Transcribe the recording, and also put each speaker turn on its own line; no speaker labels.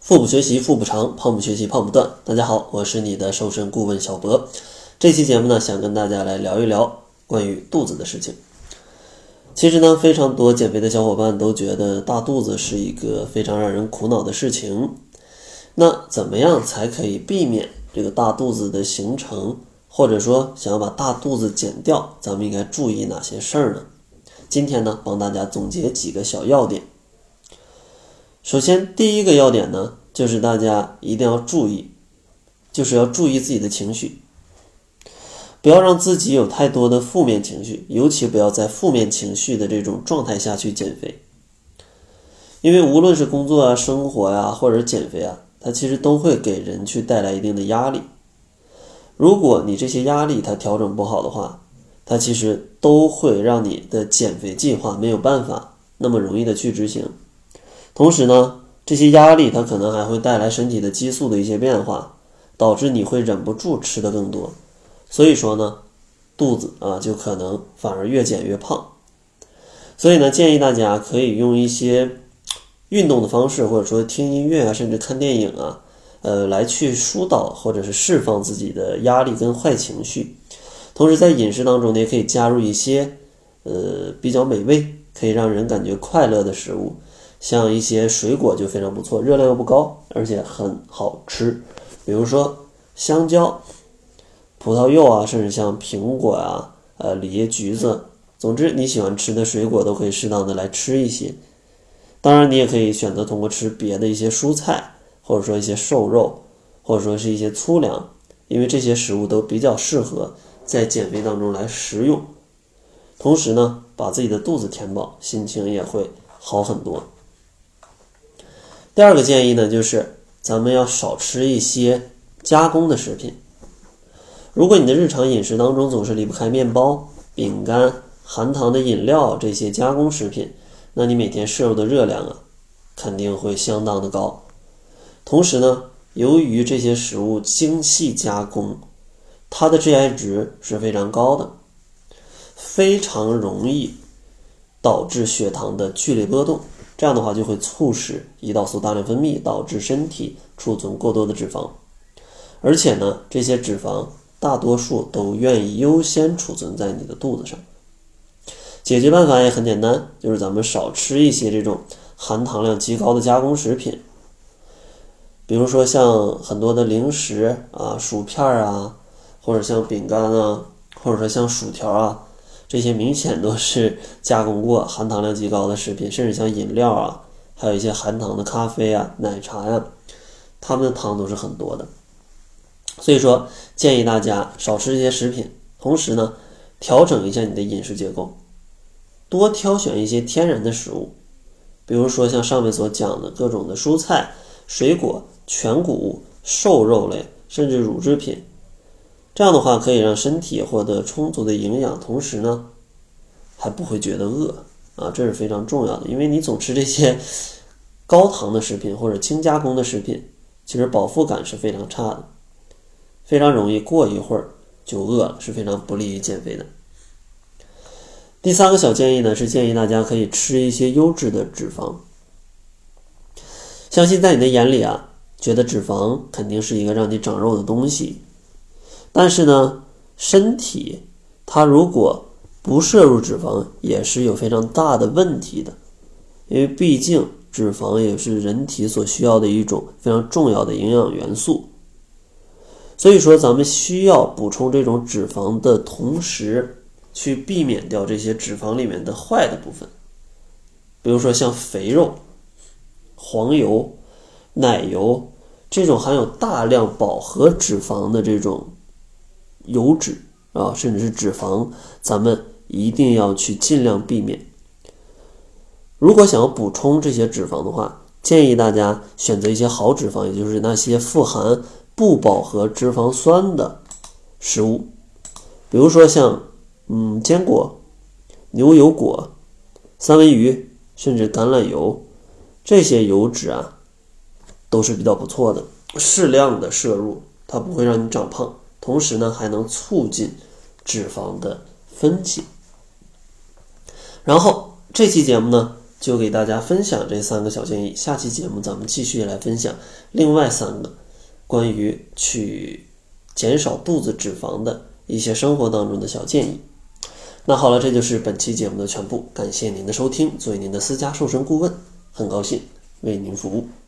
腹部学习腹部长，胖不学习胖不断。大家好，我是你的瘦身顾问小博。这期节目呢，想跟大家来聊一聊关于肚子的事情。其实呢，非常多减肥的小伙伴都觉得大肚子是一个非常让人苦恼的事情。那怎么样才可以避免这个大肚子的形成，或者说想要把大肚子减掉，咱们应该注意哪些事儿呢？今天呢，帮大家总结几个小要点。首先，第一个要点呢，就是大家一定要注意，就是要注意自己的情绪，不要让自己有太多的负面情绪，尤其不要在负面情绪的这种状态下去减肥。因为无论是工作啊、生活啊，或者减肥啊，它其实都会给人去带来一定的压力。如果你这些压力它调整不好的话，它其实都会让你的减肥计划没有办法那么容易的去执行。同时呢，这些压力它可能还会带来身体的激素的一些变化，导致你会忍不住吃得更多。所以说呢，肚子就可能反而越减越胖。所以呢，建议大家可以用一些运动的方式，或者说听音乐啊，甚至看电影啊，来去疏导或者是释放自己的压力跟坏情绪。同时在饮食当中呢，也可以加入一些比较美味，可以让人感觉快乐的食物。像一些水果就非常不错，热量又不高，而且很好吃。比如说香蕉、葡萄柚啊，甚至像苹果啊、梨、橘子，总之你喜欢吃的水果都可以适当的来吃一些。当然你也可以选择通过吃别的一些蔬菜，或者说一些瘦肉，或者说是一些粗粮，因为这些食物都比较适合在减肥当中来食用。同时呢，把自己的肚子填饱，心情也会好很多。第二个建议呢，就是咱们要少吃一些加工的食品。如果你的日常饮食当中总是离不开面包、饼干、含糖的饮料这些加工食品，那你每天摄入的热量肯定会相当的高。同时呢，由于这些食物精细加工，它的 GI 值是非常高的，非常容易导致血糖的剧烈波动。这样的话就会促使胰岛素大量分泌，导致身体储存过多的脂肪。而且呢，这些脂肪大多数都愿意优先储存在你的肚子上。解决办法也很简单，就是咱们少吃一些这种含糖量极高的加工食品。比如说像很多的零食啊、薯片啊，或者像饼干啊，或者说像薯条啊，这些明显都是加工过、含糖量极高的食品，甚至像饮料啊，还有一些含糖的咖啡啊、奶茶呀，它们的糖都是很多的。所以说，建议大家少吃这些食品，同时呢，调整一下你的饮食结构，多挑选一些天然的食物，比如说像上面所讲的各种的蔬菜、水果、全谷物、瘦肉类，甚至乳制品。这样的话可以让身体获得充足的营养，同时呢还不会觉得饿这是非常重要的。因为你总吃这些高糖的食品或者轻加工的食品，其实饱腹感是非常差的，非常容易过一会儿就饿了，是非常不利于减肥的。第三个小建议呢，是建议大家可以吃一些优质的脂肪。相信在你的眼里觉得脂肪肯定是一个让你长肉的东西，但是呢，身体它如果不摄入脂肪也是有非常大的问题的，因为毕竟脂肪也是人体所需要的一种非常重要的营养元素。所以说咱们需要补充这种脂肪的同时，去避免掉这些脂肪里面的坏的部分，比如说像肥肉、黄油、奶油这种含有大量饱和脂肪的这种油脂甚至是脂肪，咱们一定要去尽量避免。如果想要补充这些脂肪的话，建议大家选择一些好脂肪，也就是那些富含不饱和脂肪酸的食物，比如说像坚果、牛油果、三文鱼，甚至橄榄油，这些油脂都是比较不错的。适量的摄入，它不会让你长胖，同时呢还能促进脂肪的分解。然后这期节目呢， 就给大家分享这3个小建议，下期节目咱们继续来分享另外3个关于去减少肚子脂肪的一些生活当中的小建议。那好了，这就是本期节目的全部，感谢您的收听。作为您的私家瘦身顾问，很高兴为您服务。